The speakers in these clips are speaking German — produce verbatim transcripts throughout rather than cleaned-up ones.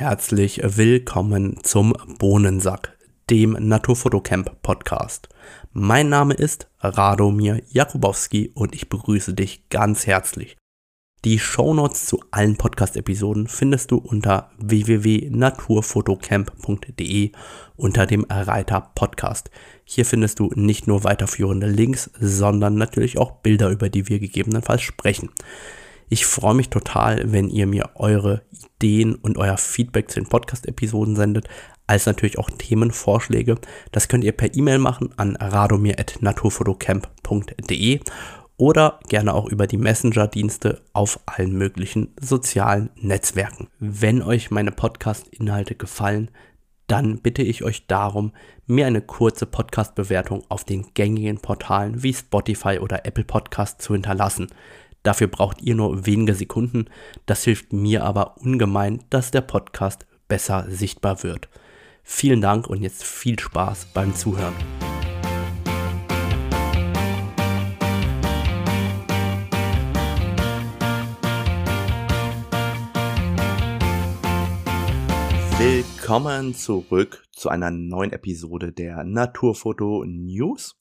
herzlich willkommen zum Bohnensack, dem Naturfotocamp Podcast. Mein Name ist Radomir Jakubowski und ich begrüße dich ganz herzlich. Die Shownotes zu allen Podcast-Episoden findest du unter w w w punkt naturfotocamp punkt d e unter dem Reiter Podcast. Hier findest du nicht nur weiterführende Links, sondern natürlich auch Bilder, über die wir gegebenenfalls sprechen. Ich freue mich total, wenn ihr mir eure Ideen und euer Feedback zu den Podcast-Episoden sendet, als natürlich auch Themenvorschläge. Das könnt ihr per E-Mail machen an radomir at naturfotocamp punkt d e oder gerne auch über die Messenger-Dienste auf allen möglichen sozialen Netzwerken. Wenn euch meine Podcast-Inhalte gefallen, dann bitte ich euch darum, mir eine kurze Podcast-Bewertung auf den gängigen Portalen wie Spotify oder Apple Podcast zu hinterlassen. Dafür braucht ihr nur wenige Sekunden, das hilft mir aber ungemein, dass der Podcast besser sichtbar wird. Vielen Dank und jetzt viel Spaß beim Zuhören. Willkommen zurück zu einer neuen Episode der Naturfoto News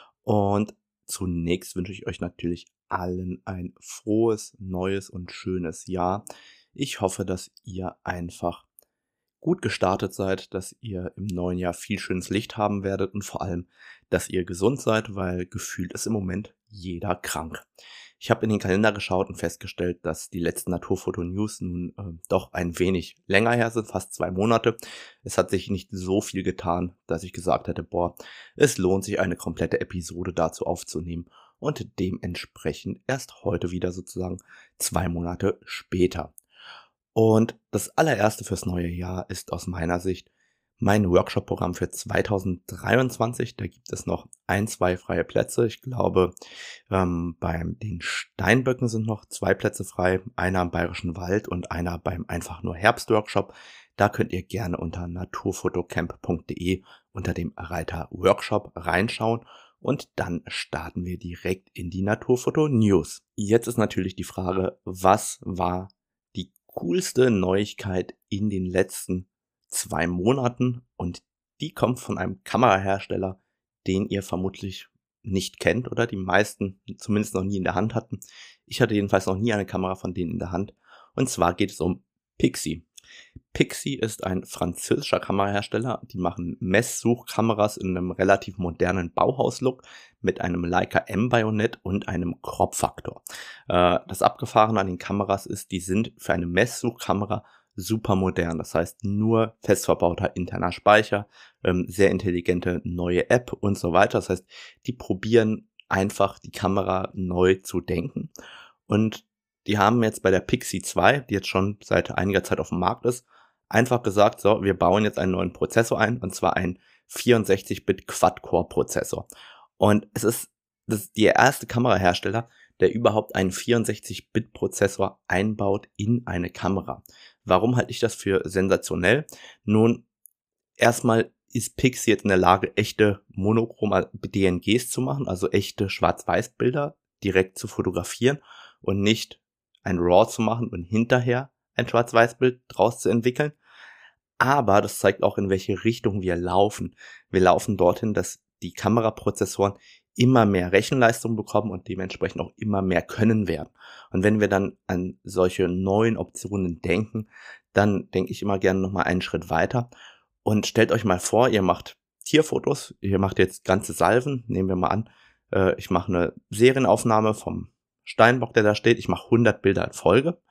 und zunächst wünsche ich euch natürlich allen ein frohes, neues und schönes Jahr. Ich hoffe, dass ihr einfach gut gestartet seid, dass ihr im neuen Jahr viel schönes Licht haben werdet und vor allem, dass ihr gesund seid, weil gefühlt ist im Moment jeder krank. Ich habe in den Kalender geschaut und festgestellt, dass die letzten Naturfoto-News nun äh, doch ein wenig länger her sind, fast zwei Monate. Es hat sich nicht so viel getan, dass ich gesagt hätte, boah, es lohnt sich eine komplette Episode dazu aufzunehmen und dementsprechend erst heute wieder sozusagen zwei Monate später. Und das allererste fürs neue Jahr ist aus meiner Sicht mein Workshop-Programm für zweitausenddreiundzwanzig. Da gibt es noch ein, zwei freie Plätze. Ich glaube, ähm, bei den Steinböcken sind noch zwei Plätze frei. Einer im Bayerischen Wald und einer beim einfach nur Herbst-Workshop. Da könnt ihr gerne unter naturfotocamp punkt d e unter dem Reiter Workshop reinschauen. Und dann starten wir direkt in die Naturfoto-News. Jetzt ist natürlich die Frage, was war die coolste Neuigkeit in den letzten zwei Monaten, und die kommt von einem Kamerahersteller, den ihr vermutlich nicht kennt oder die meisten zumindest noch nie in der Hand hatten. Ich hatte jedenfalls noch nie eine Kamera von denen in der Hand, und zwar geht es um Pixi. Pixi ist ein französischer Kamerahersteller, die machen Messsuchkameras in einem relativ modernen Bauhaus-Look mit einem Leica M-Bajonett und einem Crop-Faktor. Äh, das Abgefahrene an den Kameras ist, die sind für eine Messsuchkamera super modern, das heißt nur fest verbauter interner Speicher, ähm, sehr intelligente neue App und so weiter. Das heißt, die probieren einfach die Kamera neu zu denken, und die haben jetzt bei der Pixi zwei, die jetzt schon seit einiger Zeit auf dem Markt ist, einfach gesagt, so, wir bauen jetzt einen neuen Prozessor ein, und zwar einen vierundsechzig Bit Quad-Core-Prozessor. Und es ist, das ist der erste Kamerahersteller, der überhaupt einen vierundsechzig Bit Prozessor einbaut in eine Kamera. Warum halte ich das für sensationell? Nun, erstmal ist Pixi jetzt in der Lage, echte monochrome D N Gs zu machen, also echte Schwarz-Weiß-Bilder direkt zu fotografieren und nicht ein RAW zu machen und hinterher ein Schwarz-Weiß-Bild draus zu entwickeln. Aber das zeigt auch, in welche Richtung wir laufen. Wir laufen dorthin, dass die Kameraprozessoren immer mehr Rechenleistung bekommen und dementsprechend auch immer mehr können werden. Und wenn wir dann an solche neuen Optionen denken, dann denke ich immer gerne nochmal einen Schritt weiter und stellt euch mal vor, ihr macht Tierfotos, ihr macht jetzt ganze Salven, nehmen wir mal an, äh, ich mache eine Serienaufnahme vom Steinbock, der da steht, ich mache hundert Bilder in Folge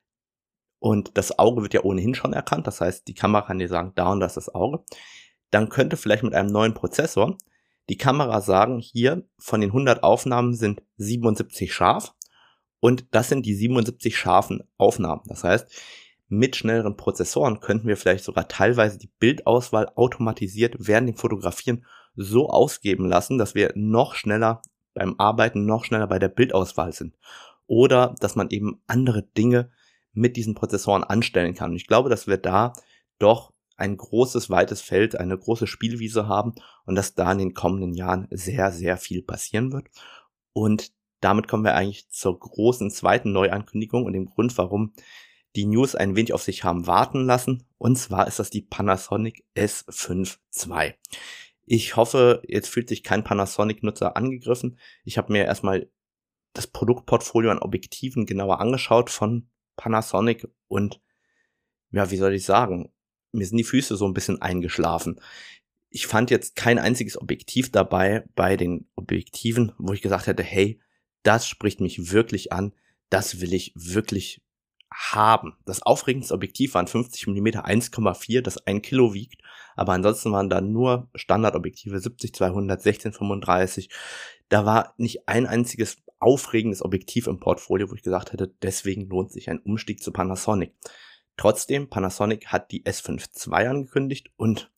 und das Auge wird ja ohnehin schon erkannt, das heißt, die Kamera kann dir sagen, da und da ist das Auge. Dann könnte vielleicht mit einem neuen Prozessor die Kamera sagen, hier von den hundert Aufnahmen sind siebenundsiebzig scharf, und das sind die siebenundsiebzig scharfen Aufnahmen. Das heißt, mit schnelleren Prozessoren könnten wir vielleicht sogar teilweise die Bildauswahl automatisiert während dem Fotografieren so ausgeben lassen, dass wir noch schneller beim Arbeiten, noch schneller bei der Bildauswahl sind. Oder dass man eben andere Dinge mit diesen Prozessoren anstellen kann. Und ich glaube, dass wir da doch ein großes, weites Feld, eine große Spielwiese haben und dass da in den kommenden Jahren sehr, sehr viel passieren wird. Und damit kommen wir eigentlich zur großen zweiten Neuankündigung und dem Grund, warum die News ein wenig auf sich haben warten lassen Und zwar ist das die Panasonic S fünf zwei. Ich hoffe, jetzt fühlt sich kein Panasonic-Nutzer angegriffen. Ich habe mir erstmal das Produktportfolio an Objektiven genauer angeschaut von Panasonic und ja, wie soll ich sagen, mir sind die Füße so ein bisschen eingeschlafen. Ich fand jetzt kein einziges Objektiv dabei bei den Objektiven, wo ich gesagt hätte, hey, das spricht mich wirklich an, das will ich wirklich haben. Das aufregendste Objektiv war ein fünfzig Millimeter eins Komma vier, das ein Kilo wiegt, aber ansonsten waren da nur Standardobjektive siebzig zweihundert, sechzehn fünfunddreißig. Da war nicht ein einziges aufregendes Objektiv im Portfolio, wo ich gesagt hätte, deswegen lohnt sich ein Umstieg zu Panasonic. Trotzdem, Panasonic hat die S fünf zwei angekündigt und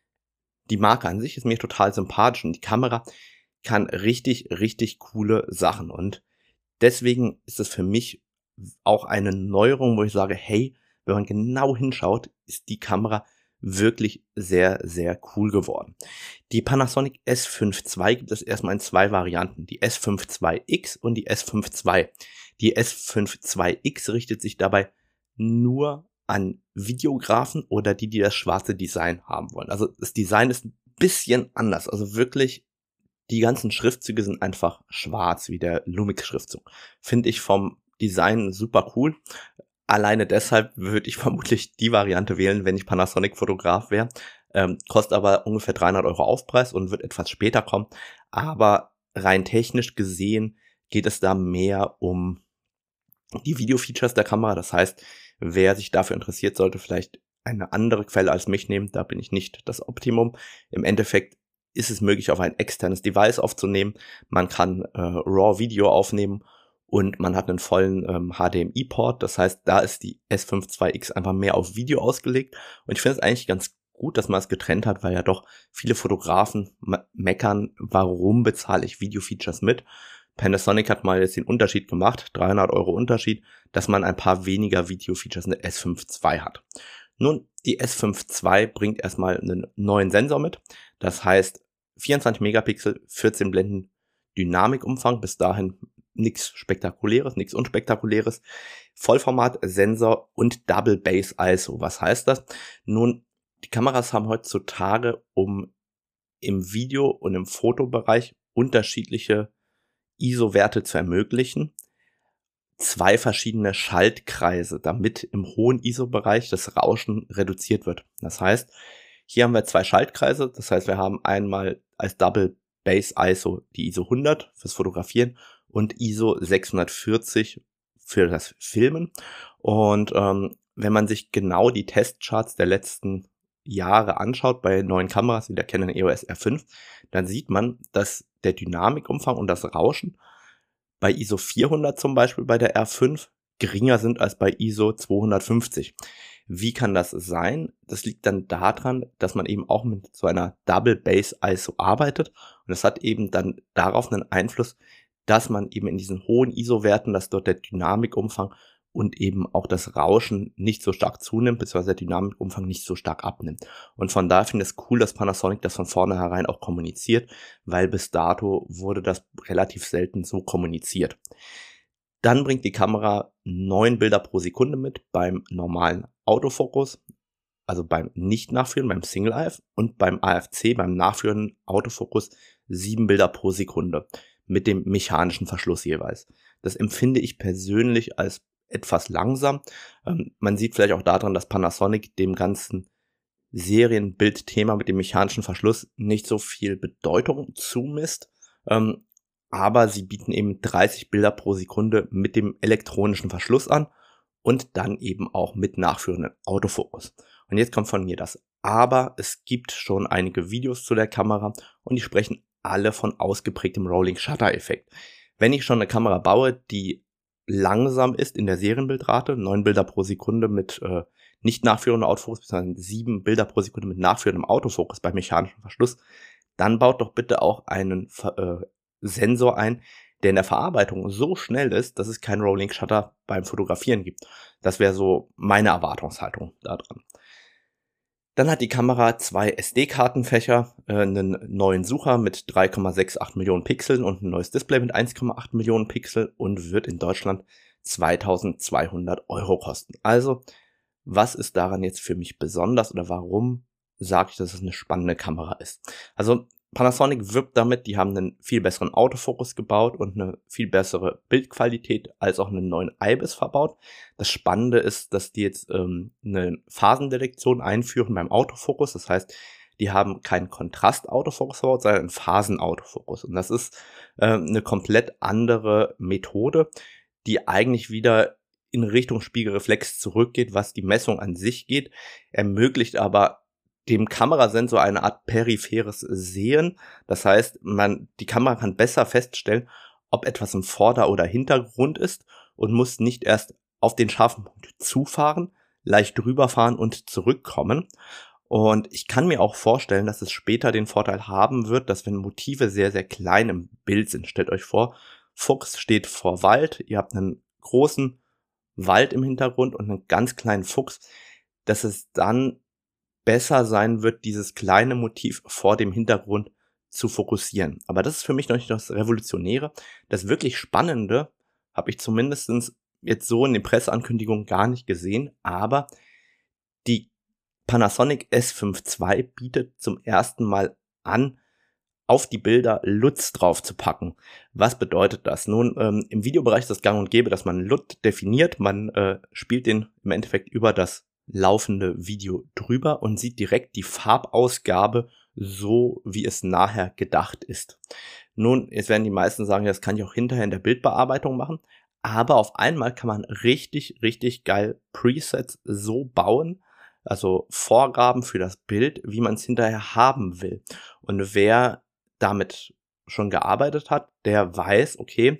die Marke an sich ist mir total sympathisch und die Kamera kann richtig, richtig coole Sachen und deswegen ist es für mich auch eine Neuerung, wo ich sage, hey, wenn man genau hinschaut, ist die Kamera wirklich sehr, sehr cool geworden. Die Panasonic S fünf zwei gibt es erstmal in zwei Varianten, die S fünf zwei X und die S fünf zwei. Die S fünf zwei X richtet sich dabei nur an Videografen oder die, die das schwarze Design haben wollen. Also das Design ist ein bisschen anders, also wirklich die ganzen Schriftzüge sind einfach schwarz, wie der Lumix-Schriftzug. Finde ich vom Design super cool. Alleine deshalb würde ich vermutlich die Variante wählen, wenn ich Panasonic-Fotograf wäre. Ähm, kostet aber ungefähr dreihundert Euro Aufpreis und wird etwas später kommen. Aber rein technisch gesehen geht es da mehr um die Video-Features der Kamera. Das heißt, wer sich dafür interessiert, sollte vielleicht eine andere Quelle als mich nehmen. Da bin ich nicht das Optimum. Im Endeffekt ist es möglich, auf ein externes Device aufzunehmen. Man kann äh, RAW-Video aufnehmen und man hat einen vollen ähm, H D M I-Port. Das heißt, da ist die S fünf zwei X einfach mehr auf Video ausgelegt. Und ich finde es eigentlich ganz gut, dass man es getrennt hat, weil ja doch viele Fotografen meckern, warum bezahle ich Video-Features mit. Panasonic hat mal jetzt den Unterschied gemacht, dreihundert Euro Unterschied, dass man ein paar weniger Video-Features in der S fünf zwei hat. Nun, die S fünf zwei bringt erstmal einen neuen Sensor mit. Das heißt, vierundzwanzig Megapixel, vierzehn Blenden, Dynamikumfang, bis dahin nichts Spektakuläres, nichts Unspektakuläres, Vollformat-Sensor und Double Base I S O. Was heißt das? Nun, die Kameras haben heutzutage, um im Video- und im Fotobereich unterschiedliche I S O-Werte zu ermöglichen, zwei verschiedene Schaltkreise, damit im hohen I S O-Bereich das Rauschen reduziert wird. Das heißt, hier haben wir zwei Schaltkreise, das heißt, wir haben einmal als Double Base I S O die I S O hundert fürs Fotografieren und I S O sechshundertvierzig für das Filmen. Und ähm, wenn man sich genau die Testcharts der letzten Jahre anschaut bei neuen Kameras wie der Canon E O S R fünf, dann sieht man, dass der Dynamikumfang und das Rauschen bei I S O vierhundert zum Beispiel bei der R fünf geringer sind als bei I S O zweihundertfünfzig. Wie kann das sein? Das liegt dann daran, dass man eben auch mit so einer Double Base I S O arbeitet und das hat eben dann darauf einen Einfluss, dass man eben in diesen hohen I S O-Werten, dass dort der Dynamikumfang und eben auch das Rauschen nicht so stark zunimmt, beziehungsweise der Dynamikumfang nicht so stark abnimmt. Und von daher finde ich es cool, dass Panasonic das von vornherein auch kommuniziert, weil bis dato wurde das relativ selten so kommuniziert. Dann bringt die Kamera neun Bilder pro Sekunde mit beim normalen Autofokus, also beim Nicht-Nachführen, beim Single-Eye und beim A F C, beim nachführenden Autofokus sieben Bilder pro Sekunde mit dem mechanischen Verschluss jeweils. Das empfinde ich persönlich als etwas langsam. Ähm, man sieht vielleicht auch daran, dass Panasonic dem ganzen Serienbildthema mit dem mechanischen Verschluss nicht so viel Bedeutung zumisst. Ähm, aber sie bieten eben dreißig Bilder pro Sekunde mit dem elektronischen Verschluss an und dann eben auch mit nachführenden Autofokus. Und jetzt kommt von mir das Aber. Es gibt schon einige Videos zu der Kamera und die sprechen alle von ausgeprägtem Rolling-Shutter-Effekt. Wenn ich schon eine Kamera baue, die langsam ist in der Serienbildrate, neun Bilder pro Sekunde mit äh, nicht nachführendem Autofokus, sondern sieben Bilder pro Sekunde mit nachführendem Autofokus bei mechanischem Verschluss, dann baut doch bitte auch einen äh, Sensor ein, der in der Verarbeitung so schnell ist, dass es keinen Rolling Shutter beim Fotografieren gibt. Das wäre so meine Erwartungshaltung da dran. Dann hat die Kamera zwei S D-Kartenfächer, äh, einen neuen Sucher mit drei Komma achtundsiebzig Millionen Pixeln und ein neues Display mit eins Komma acht Millionen Pixel und wird in Deutschland zweitausendzweihundert Euro kosten. Also was ist daran jetzt für mich besonders oder warum sage ich, dass es eine spannende Kamera ist? Also Panasonic wirbt damit, die haben einen viel besseren Autofokus gebaut und eine viel bessere Bildqualität als auch einen neuen IBIS verbaut. Das Spannende ist, dass die jetzt ähm, eine Phasendetektion einführen beim Autofokus. Das heißt, die haben keinen Kontrast-Autofokus verbaut, sondern einen Phasen-Autofokus. Und das ist äh, eine komplett andere Methode, die eigentlich wieder in Richtung Spiegelreflex zurückgeht, was die Messung an sich geht, ermöglicht aber dem Kamerasensor eine Art peripheres Sehen. Das heißt, man, die Kamera kann besser feststellen, ob etwas im Vorder- oder Hintergrund ist und muss nicht erst auf den scharfen Punkt zufahren, leicht drüberfahren und zurückkommen. Und ich kann mir auch vorstellen, dass es später den Vorteil haben wird, dass wenn Motive sehr, sehr klein im Bild sind, stellt euch vor, Fuchs steht vor Wald, ihr habt einen großen Wald im Hintergrund und einen ganz kleinen Fuchs, dass es dann besser sein wird, dieses kleine Motiv vor dem Hintergrund zu fokussieren. Aber das ist für mich noch nicht das Revolutionäre. Das wirklich Spannende habe ich zumindest jetzt so in den Presseankündigungen gar nicht gesehen, aber die Panasonic S fünf zwei bietet zum ersten Mal an, auf die Bilder L U Ts drauf zu packen. Was bedeutet das? Nun, ähm, im Videobereich ist das gang und gäbe, dass man L U T definiert, man äh, spielt den im Endeffekt über das laufende Video drüber und sieht direkt die Farbausgabe so, wie es nachher gedacht ist. Nun, jetzt werden die meisten sagen, das kann ich auch hinterher in der Bildbearbeitung machen, aber auf einmal kann man richtig, richtig geil Presets so bauen, also Vorgaben für das Bild, wie man es hinterher haben will. Und wer damit schon gearbeitet hat, der weiß, okay,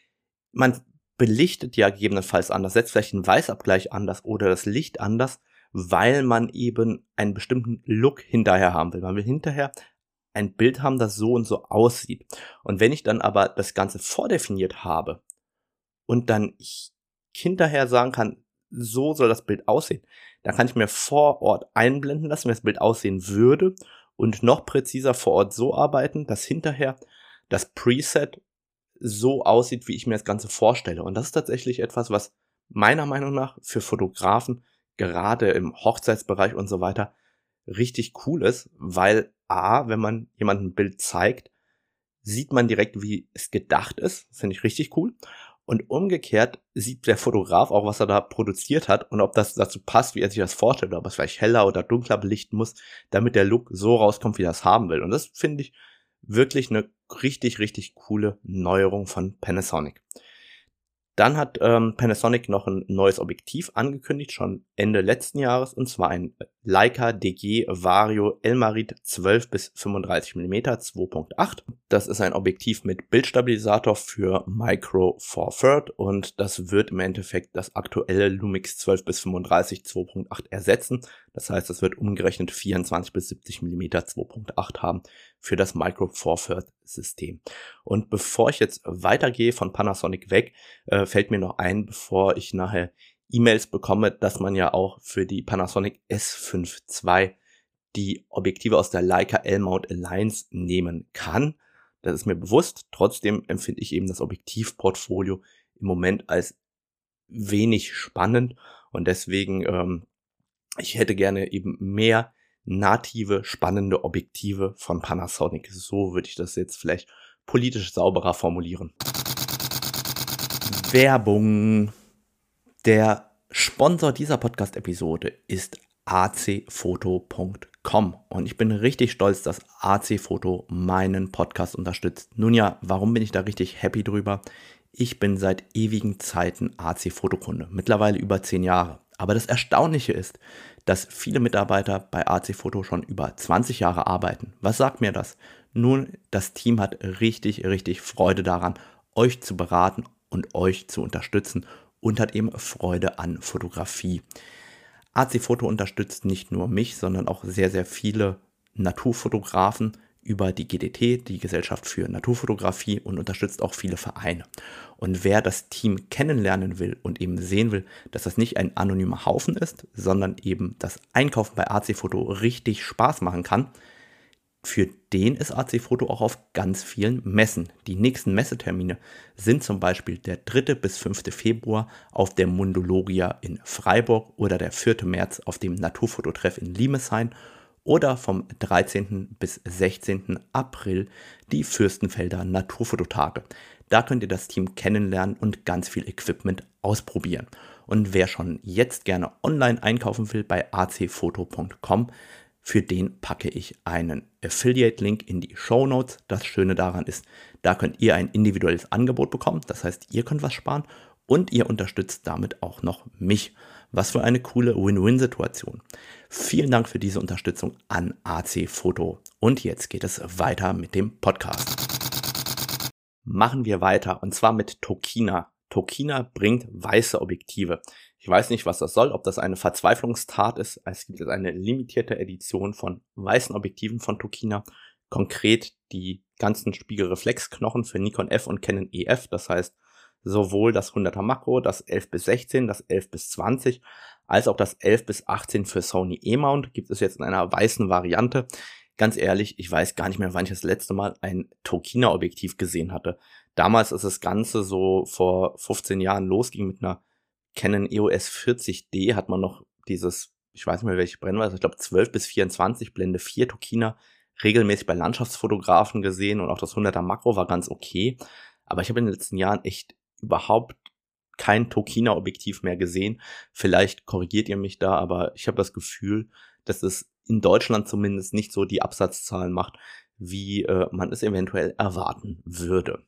man belichtet ja gegebenenfalls anders, setzt vielleicht den Weißabgleich anders oder das Licht anders, weil man eben einen bestimmten Look hinterher haben will. Man will hinterher ein Bild haben, das so und so aussieht. Und wenn ich dann aber das Ganze vordefiniert habe und dann ich hinterher sagen kann, so soll das Bild aussehen, dann kann ich mir vor Ort einblenden lassen, wie das Bild aussehen würde und noch präziser vor Ort so arbeiten, dass hinterher das Preset so aussieht, wie ich mir das Ganze vorstelle. Und das ist tatsächlich etwas, was meiner Meinung nach für Fotografen, gerade im Hochzeitsbereich und so weiter, richtig cool ist, weil A, wenn man jemandem ein Bild zeigt, sieht man direkt, wie es gedacht ist. Finde ich richtig cool. Und umgekehrt sieht der Fotograf auch, was er da produziert hat und ob das dazu passt, wie er sich das vorstellt, ob er es vielleicht heller oder dunkler belichten muss, damit der Look so rauskommt, wie er es haben will. Und das finde ich wirklich eine richtig, richtig coole Neuerung von Panasonic. Dann hat ähm, Panasonic noch ein neues Objektiv angekündigt, schon Ende letzten Jahres, und zwar ein Leica D G Vario Elmarit zwölf bis fünfunddreißig Millimeter zwei Punkt acht. Das ist ein Objektiv mit Bildstabilisator für Micro Four Third und das wird im Endeffekt das aktuelle Lumix zwölf bis fünfunddreißig zwei Punkt acht ersetzen. Das heißt, es wird umgerechnet vierundzwanzig bis siebzig Millimeter zwei Punkt acht haben für das Micro Four Third System. Und bevor ich jetzt weitergehe von Panasonic weg, äh, fällt mir noch ein, bevor ich nachher E-Mails bekomme, dass man ja auch für die Panasonic S fünf zwei die Objektive aus der Leica L-Mount Alliance nehmen kann. Das ist mir bewusst. Trotzdem empfinde ich eben das Objektivportfolio im Moment als wenig spannend und deswegen, ähm, ich hätte gerne eben mehr native, spannende Objektive von Panasonic. So würde ich das jetzt vielleicht politisch sauberer formulieren. Werbung. Der Sponsor dieser Podcast-Episode ist a c foto punkt com und ich bin richtig stolz, dass A C Foto meinen Podcast unterstützt. Nun ja, warum bin ich da richtig happy drüber? Ich bin seit ewigen Zeiten A C Foto-Kunde, mittlerweile über zehn Jahre. Aber das Erstaunliche ist, dass viele Mitarbeiter bei A C Foto schon über zwanzig Jahre arbeiten. Was sagt mir das? Nun, das Team hat richtig, richtig Freude daran, euch zu beraten und euch zu unterstützen und hat eben Freude an Fotografie. A C Foto unterstützt nicht nur mich, sondern auch sehr, sehr viele Naturfotografen über die G D T, die Gesellschaft für Naturfotografie, und unterstützt auch viele Vereine. Und wer das Team kennenlernen will und eben sehen will, dass das nicht ein anonymer Haufen ist, sondern eben das Einkaufen bei A C Foto richtig Spaß machen kann, Für den ist A C Foto auch auf ganz vielen Messen. Die nächsten Messetermine sind zum Beispiel der dritte bis fünfte Februar auf der Mundologia in Freiburg oder der vierte März auf dem Naturfototreff in Limeshain oder vom dreizehnten bis sechzehnten April die Fürstenfelder Naturfototage. Da könnt ihr das Team kennenlernen und ganz viel Equipment ausprobieren. Und wer schon jetzt gerne online einkaufen will bei a c foto punkt com, für den packe ich einen Affiliate-Link in die Shownotes. Das Schöne daran ist, da könnt ihr ein individuelles Angebot bekommen. Das heißt, ihr könnt was sparen und ihr unterstützt damit auch noch mich. Was für eine coole Win-Win-Situation. Vielen Dank für diese Unterstützung an A C Foto. Und jetzt geht es weiter mit dem Podcast. Machen wir weiter und zwar mit Tokina. Tokina bringt weiße Objektive. Ich weiß nicht, was das soll, ob das eine Verzweiflungstat ist. Es gibt jetzt eine limitierte Edition von weißen Objektiven von Tokina. Konkret die ganzen Spiegelreflexknochen für Nikon F und Canon E F. Das heißt, sowohl das hunderter Makro, das elf bis sechzehn, das elf bis zwanzig, als auch das elf bis achtzehn für Sony E-Mount gibt es jetzt in einer weißen Variante. Ganz ehrlich, ich weiß gar nicht mehr, wann ich das letzte Mal ein Tokina-Objektiv gesehen hatte. Damals ist das Ganze so vor fünfzehn Jahren losging mit einer Canon E O S vierzig D, hat man noch dieses, ich weiß nicht mehr welche Brennweite, ich glaube zwölf bis vierundzwanzig, Blende vier Tokina, regelmäßig bei Landschaftsfotografen gesehen und auch das hunderter Makro war ganz okay. Aber ich habe in den letzten Jahren echt überhaupt kein Tokina-Objektiv mehr gesehen. Vielleicht korrigiert ihr mich da, aber ich habe das Gefühl, dass es in Deutschland zumindest nicht so die Absatzzahlen macht, wie äh, man es eventuell erwarten würde.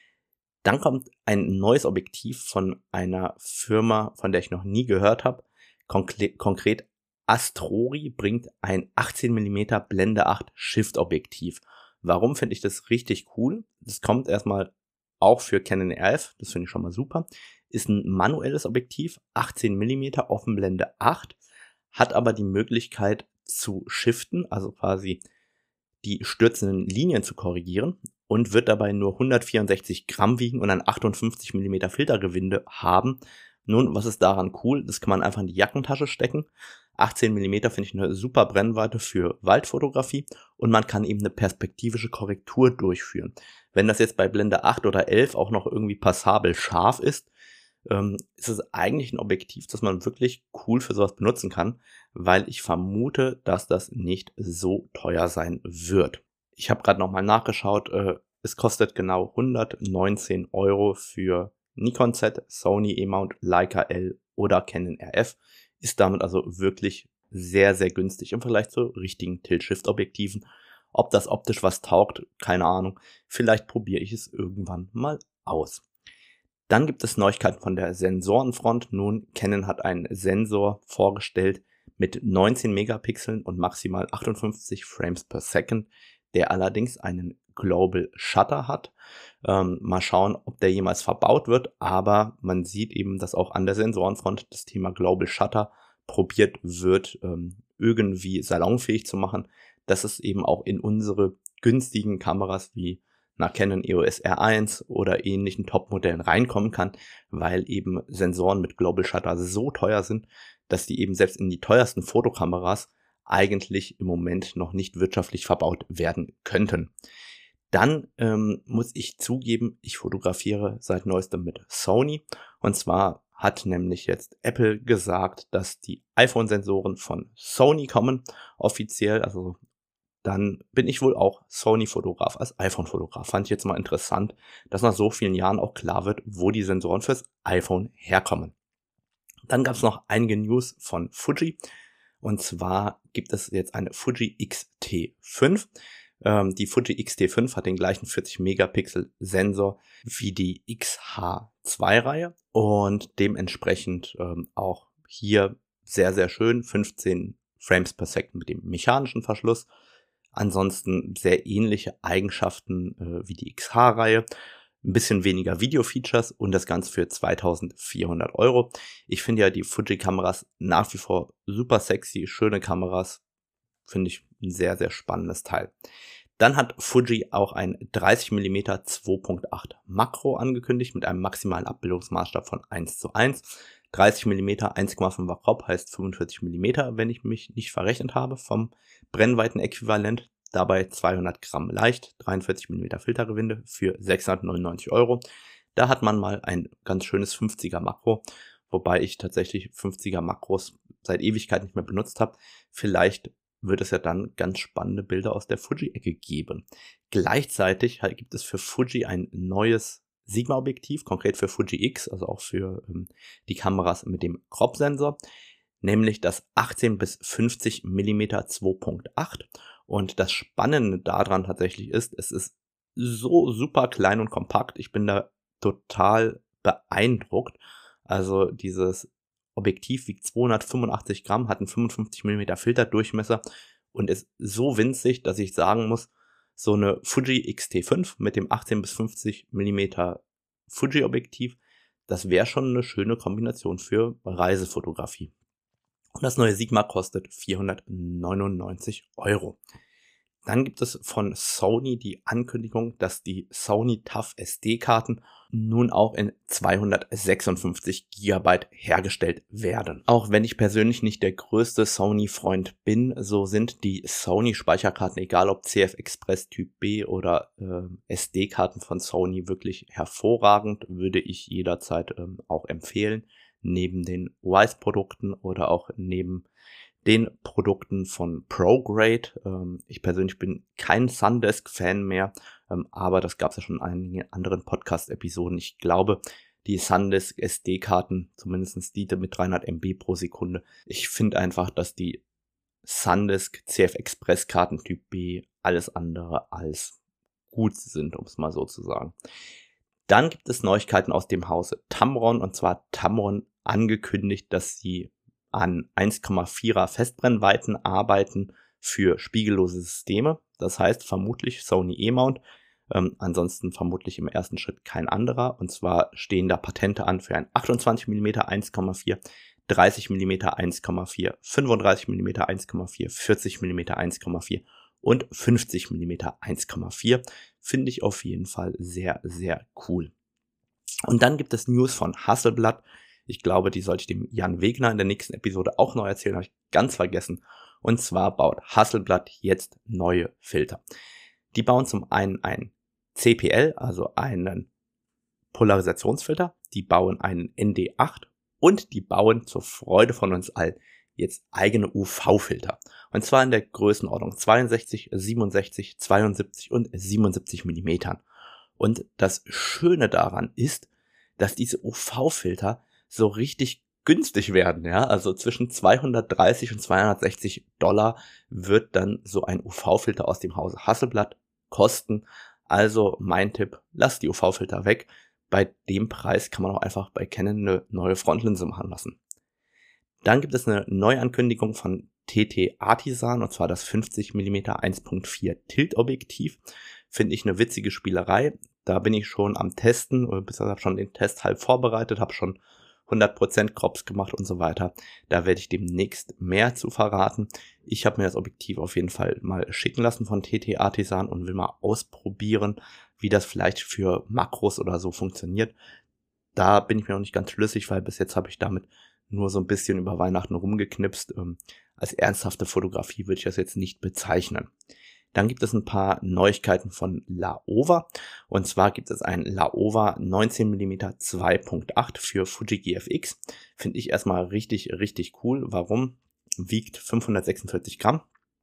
Dann kommt ein neues Objektiv von einer Firma, von der ich noch nie gehört habe. Konkret, konkret Astrori bringt ein achtzehn Millimeter Blende acht Shift-Objektiv. Warum finde ich das richtig cool? Das kommt erstmal auch für Canon R F, das finde ich schon mal super. Ist ein manuelles Objektiv, achtzehn Millimeter Offenblende acht, hat aber die Möglichkeit zu shiften, also quasi die stürzenden Linien zu korrigieren und wird dabei nur hundertvierundsechzig Gramm wiegen und ein achtundfünfzig Millimeter Filtergewinde haben. Nun, was ist daran cool? Das kann man einfach in die Jackentasche stecken. achtzehn Millimeter finde ich eine super Brennweite für Waldfotografie und man kann eben eine perspektivische Korrektur durchführen. Wenn das jetzt bei Blende acht oder elf auch noch irgendwie passabel scharf ist, ähm, ist es eigentlich ein Objektiv, das man wirklich cool für sowas benutzen kann, weil ich vermute, dass das nicht so teuer sein wird. Ich habe gerade nochmal nachgeschaut, äh, es kostet genau hundertneunzehn Euro für Nikon Z, Sony E-Mount, Leica L oder Canon R F, ist damit also wirklich sehr, sehr günstig im Vergleich zu richtigen Tilt-Shift-Objektiven. Ob das optisch was taugt, keine Ahnung. Vielleicht probiere ich es irgendwann mal aus. Dann gibt es Neuigkeiten von der Sensorenfront. Nun, Canon hat einen Sensor vorgestellt mit neunzehn Megapixeln und maximal achtundfünfzig Frames per Second, der allerdings einen Global Shutter hat. Ähm, mal schauen, ob der jemals verbaut wird, aber man sieht eben, dass auch an der Sensorenfront das Thema Global Shutter probiert wird, ähm, irgendwie salonfähig zu machen, dass es eben auch in unsere günstigen Kameras wie nach Canon E O S R eins oder ähnlichen Top-Modellen reinkommen kann, weil eben Sensoren mit Global Shutter so teuer sind, dass die eben selbst in die teuersten Fotokameras eigentlich im Moment noch nicht wirtschaftlich verbaut werden könnten. Dann ähm, muss ich zugeben, ich fotografiere seit neuestem mit Sony und zwar hat nämlich jetzt Apple gesagt, dass die iPhone-Sensoren von Sony kommen, offiziell, also dann bin ich wohl auch Sony-Fotograf als iPhone-Fotograf. Fand ich jetzt mal interessant, dass nach so vielen Jahren auch klar wird, wo die Sensoren fürs iPhone herkommen. Dann gab es noch einige News von Fuji. Und zwar gibt es jetzt eine Fuji X T fünf. Ähm, die Fuji X T fünf hat den gleichen vierzig Megapixel Sensor wie die X H zwei Reihe und dementsprechend ähm, auch hier sehr, sehr schön. fünfzehn Frames per Second mit dem mechanischen Verschluss. Ansonsten sehr ähnliche Eigenschaften äh, wie die X H-Reihe. Ein bisschen weniger Video-Features und das Ganze für zweitausendvierhundert Euro. Ich finde ja die Fuji-Kameras nach wie vor super sexy, schöne Kameras. Finde ich ein sehr, sehr spannendes Teil. Dann hat Fuji auch ein dreißig Millimeter zwei Komma acht Makro angekündigt mit einem maximalen Abbildungsmaßstab von eins zu eins. dreißig Millimeter eins Komma fünfer Crop heißt fünfundvierzig Millimeter, wenn ich mich nicht verrechnet habe vom Brennweitenäquivalent. dabei zweihundert Gramm leicht, dreiundvierzig Millimeter Filtergewinde für sechshundertneunundneunzig Euro. Da hat man mal ein ganz schönes fünfziger Makro, wobei ich tatsächlich fünfziger Makros seit Ewigkeit nicht mehr benutzt habe. Vielleicht wird es ja dann ganz spannende Bilder aus der Fuji-Ecke geben. Gleichzeitig halt gibt es für Fuji ein neues Sigma-Objektiv, konkret für Fuji X, also auch für ähm, die Kameras mit dem Crop-Sensor, nämlich das achtzehn bis fünfzig Millimeter zwei Punkt acht. Und das Spannende daran tatsächlich ist, es ist so super klein und kompakt. Ich bin da total beeindruckt. Also dieses Objektiv wiegt zweihundertfünfundachtzig Gramm, hat einen fünfundfünfzig Millimeter Filterdurchmesser und ist so winzig, dass ich sagen muss, so eine Fuji X T fünf mit dem achtzehn bis fünfzig Millimeter Fuji-Objektiv, das wäre schon eine schöne Kombination für Reisefotografie. Und das neue Sigma kostet vierhundertneunundneunzig Euro. Dann gibt es von Sony die Ankündigung, dass die Sony T A F S D-Karten nun auch in zweihundertsechsundfünfzig Gigabyte hergestellt werden. Auch wenn ich persönlich nicht der größte Sony-Freund bin, so sind die Sony-Speicherkarten, egal ob C F Express Typ B oder äh, S D-Karten von Sony, wirklich hervorragend, würde ich jederzeit ähm, auch empfehlen, neben den Wise-Produkten oder auch neben den Produkten von ProGrade. Ähm, ich persönlich bin kein SanDisk-Fan mehr, ähm, aber das gab es ja schon in einigen anderen Podcast-Episoden. Ich glaube, die SanDisk S D-Karten, zumindest die mit dreihundert Megabyte pro Sekunde, ich finde einfach, dass die SanDisk C F Express-Karten Typ B alles andere als gut sind, um es mal so zu sagen. Dann gibt es Neuigkeiten aus dem Hause Tamron, und zwar hat Tamron angekündigt, dass sie an eins Komma vierer Festbrennweiten arbeiten für spiegellose Systeme. Das heißt vermutlich Sony E-Mount, ähm, ansonsten vermutlich im ersten Schritt kein anderer. Und zwar stehen da Patente an für ein achtundzwanzig Millimeter eins Komma vier, dreißig Millimeter eins Komma vier, fünfunddreißig Millimeter eins Komma vier, vierzig Millimeter eins Komma vier und fünfzig Millimeter eins Komma vier. Finde ich auf jeden Fall sehr, sehr cool. Und dann gibt es News von Hasselblad. Ich glaube, die sollte ich dem Jan Wegner in der nächsten Episode auch noch erzählen, habe ich ganz vergessen. Und zwar baut Hasselblad jetzt neue Filter. Die bauen zum einen einen C P L, also einen Polarisationsfilter. Die bauen einen N D acht und die bauen zur Freude von uns allen jetzt eigene U V-Filter. Und zwar in der Größenordnung zweiundsechzig, siebenundsechzig, zweiundsiebzig und siebenundsiebzig Millimetern. Und das Schöne daran ist, dass diese U V-Filter so richtig günstig werden, ja, also zwischen zweihundertdreißig und zweihundertsechzig Dollar wird dann so ein U V-Filter aus dem Hause Hasselblad kosten. Also mein Tipp, lasst die U V-Filter weg. Bei dem Preis kann man auch einfach bei Canon eine neue Frontlinse machen lassen. Dann gibt es eine Neuankündigung von T T Artisan, und zwar das fünfzig Millimeter eins Komma vier Tilt-Objektiv. Finde ich eine witzige Spielerei. Da bin ich schon am Testen, oder bisher habe schon den Test halb vorbereitet, habe schon hundert Prozent Crops gemacht und so weiter. Da werde ich demnächst mehr zu verraten. Ich habe mir das Objektiv auf jeden Fall mal schicken lassen von T T Artisan und will mal ausprobieren, wie das vielleicht für Makros oder so funktioniert. Da bin ich mir noch nicht ganz schlüssig, weil bis jetzt habe ich damit nur so ein bisschen über Weihnachten rumgeknipst. Ähm, als ernsthafte Fotografie würde ich das jetzt nicht bezeichnen. Dann gibt es ein paar Neuigkeiten von Laowa. Und zwar gibt es ein Laowa neunzehn Millimeter zwei Punkt acht für Fuji G F X. Finde ich erstmal richtig, richtig cool. Warum? Wiegt fünfhundertsechsundvierzig Gramm,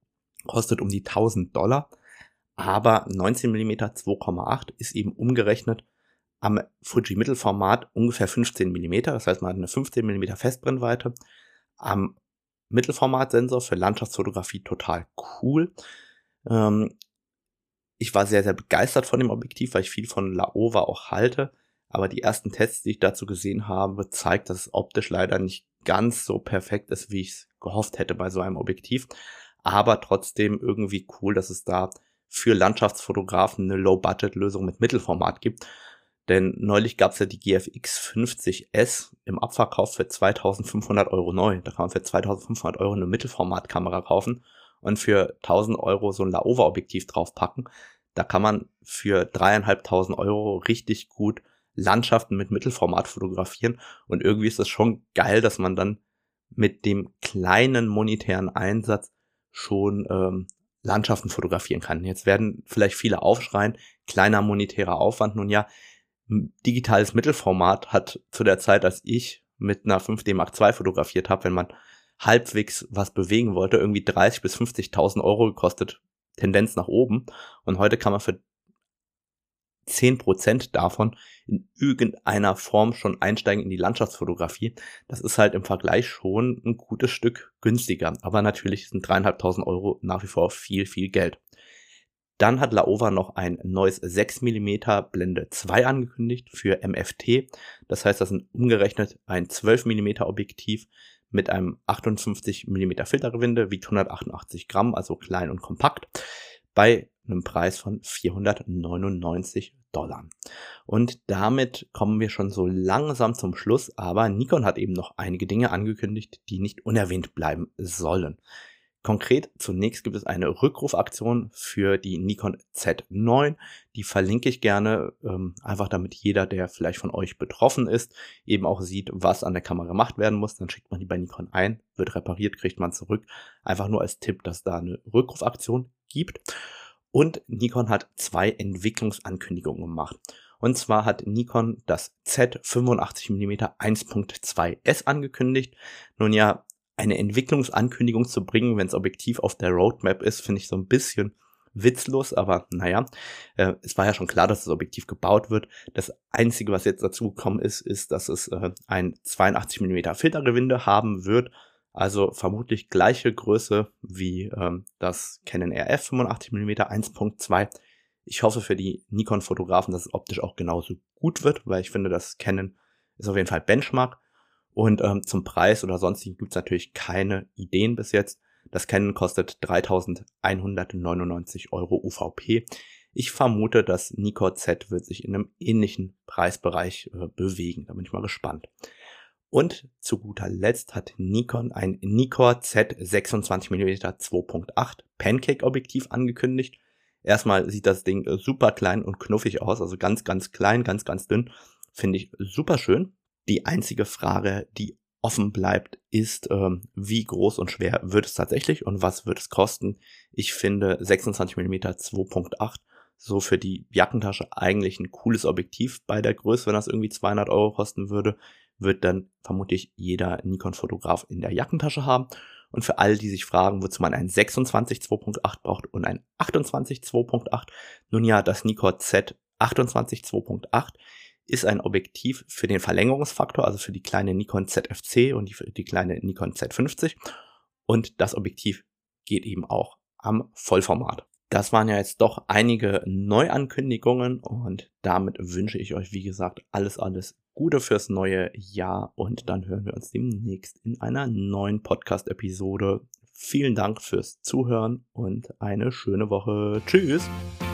kostet um die tausend Dollar. Aber neunzehn Millimeter zwei Komma acht ist eben umgerechnet am Fuji Mittelformat ungefähr fünfzehn Millimeter. Das heißt, man hat eine fünfzehn Millimeter Festbrennweite. Am Mittelformatsensor für Landschaftsfotografie total cool. Ähm, ich war sehr, sehr begeistert von dem Objektiv, weil ich viel von Laowa auch halte. Aber die ersten Tests, die ich dazu gesehen habe, zeigt, dass es optisch leider nicht ganz so perfekt ist, wie ich es gehofft hätte bei so einem Objektiv. Aber trotzdem irgendwie cool, dass es da für Landschaftsfotografen eine Low-Budget-Lösung mit Mittelformat gibt. Denn neulich gab es ja die G F X fünfzig S im Abverkauf für zweitausendfünfhundert Euro neu. Da kann man für zweitausendfünfhundert Euro eine Mittelformatkamera kaufen und für tausend Euro so ein Laowa-Objektiv draufpacken. Da kann man für dreieinhalbtausend Euro richtig gut Landschaften mit Mittelformat fotografieren. Und irgendwie ist das schon geil, dass man dann mit dem kleinen monetären Einsatz schon ähm, Landschaften fotografieren kann. Jetzt werden vielleicht viele aufschreien, kleiner monetärer Aufwand. Nun ja, ein digitales Mittelformat hat zu der Zeit, als ich mit einer fünf D Mark zwei fotografiert habe, wenn man halbwegs was bewegen wollte, irgendwie dreißigtausend bis fünfzigtausend Euro gekostet, Tendenz nach oben. Und heute kann man für zehn Prozent davon in irgendeiner Form schon einsteigen in die Landschaftsfotografie. Das ist halt im Vergleich schon ein gutes Stück günstiger. Aber natürlich sind dreieinhalbtausend Euro nach wie vor viel, viel Geld. Dann hat Laowa noch ein neues sechs Millimeter Blende zwei angekündigt für M F T. Das heißt, das sind umgerechnet ein zwölf Millimeter Objektiv mit einem achtundfünfzig Millimeter Filtergewinde, wiegt hundertachtundachtzig Gramm, also klein und kompakt, bei einem Preis von vierhundertneunundneunzig Dollar. Und damit kommen wir schon so langsam zum Schluss, aber Nikon hat eben noch einige Dinge angekündigt, die nicht unerwähnt bleiben sollen. Konkret zunächst gibt es eine Rückrufaktion für die Nikon Z neun. Die verlinke ich gerne, ähm, einfach damit jeder, der vielleicht von euch betroffen ist, eben auch sieht, was an der Kamera gemacht werden muss. Dann schickt man die bei Nikon ein, wird repariert, kriegt man zurück. Einfach nur als Tipp, dass da eine Rückrufaktion gibt. Und Nikon hat zwei Entwicklungsankündigungen gemacht. Und zwar hat Nikon das Z fünfundachtzig Millimeter eins Punkt zwei S angekündigt. Nun ja, eine Entwicklungsankündigung zu bringen, wenn das Objektiv auf der Roadmap ist, finde ich so ein bisschen witzlos, aber naja, äh, es war ja schon klar, dass das Objektiv gebaut wird. Das Einzige, was jetzt dazu gekommen ist, ist, dass es äh, ein zweiundachtzig Millimeter Filtergewinde haben wird, also vermutlich gleiche Größe wie ähm, das Canon R F fünfundachtzig Millimeter eins Punkt zwei. Ich hoffe für die Nikon-Fotografen, dass es optisch auch genauso gut wird, weil ich finde, das Canon ist auf jeden Fall Benchmark. Und ähm, zum Preis oder sonstigen gibt es natürlich keine Ideen bis jetzt. Das Canon kostet dreitausendeinhundertneunundneunzig Euro U V P. Ich vermute, das Nikkor Z wird sich in einem ähnlichen Preisbereich äh, bewegen. Da bin ich mal gespannt. Und zu guter Letzt hat Nikon ein Nikkor Z sechsundzwanzig Millimeter zwei Punkt acht Pancake-Objektiv angekündigt. Erstmal sieht das Ding äh, super klein und knuffig aus, also ganz, ganz klein, ganz, ganz dünn. Finde ich super schön. Die einzige Frage, die offen bleibt, ist, ähm, wie groß und schwer wird es tatsächlich und was wird es kosten? Ich finde sechsundzwanzig Millimeter zwei Punkt acht so für die Jackentasche eigentlich ein cooles Objektiv bei der Größe. Wenn das irgendwie zweihundert Euro kosten würde, wird dann vermutlich jeder Nikon-Fotograf in der Jackentasche haben. Und für alle, die sich fragen, wozu man ein sechsundzwanzig zwei Punkt acht braucht und ein achtundzwanzig zwei Punkt acht, nun ja, das Nikkor Z achtundzwanzig zwei Punkt acht ist ein Objektiv für den Verlängerungsfaktor, also für die kleine Nikon Z F C und die, die kleine Nikon Z fünfzig. Und das Objektiv geht eben auch am Vollformat. Das waren ja jetzt doch einige Neuankündigungen und damit wünsche ich euch, wie gesagt, alles, alles Gute fürs neue Jahr und dann hören wir uns demnächst in einer neuen Podcast-Episode. Vielen Dank fürs Zuhören und eine schöne Woche. Tschüss!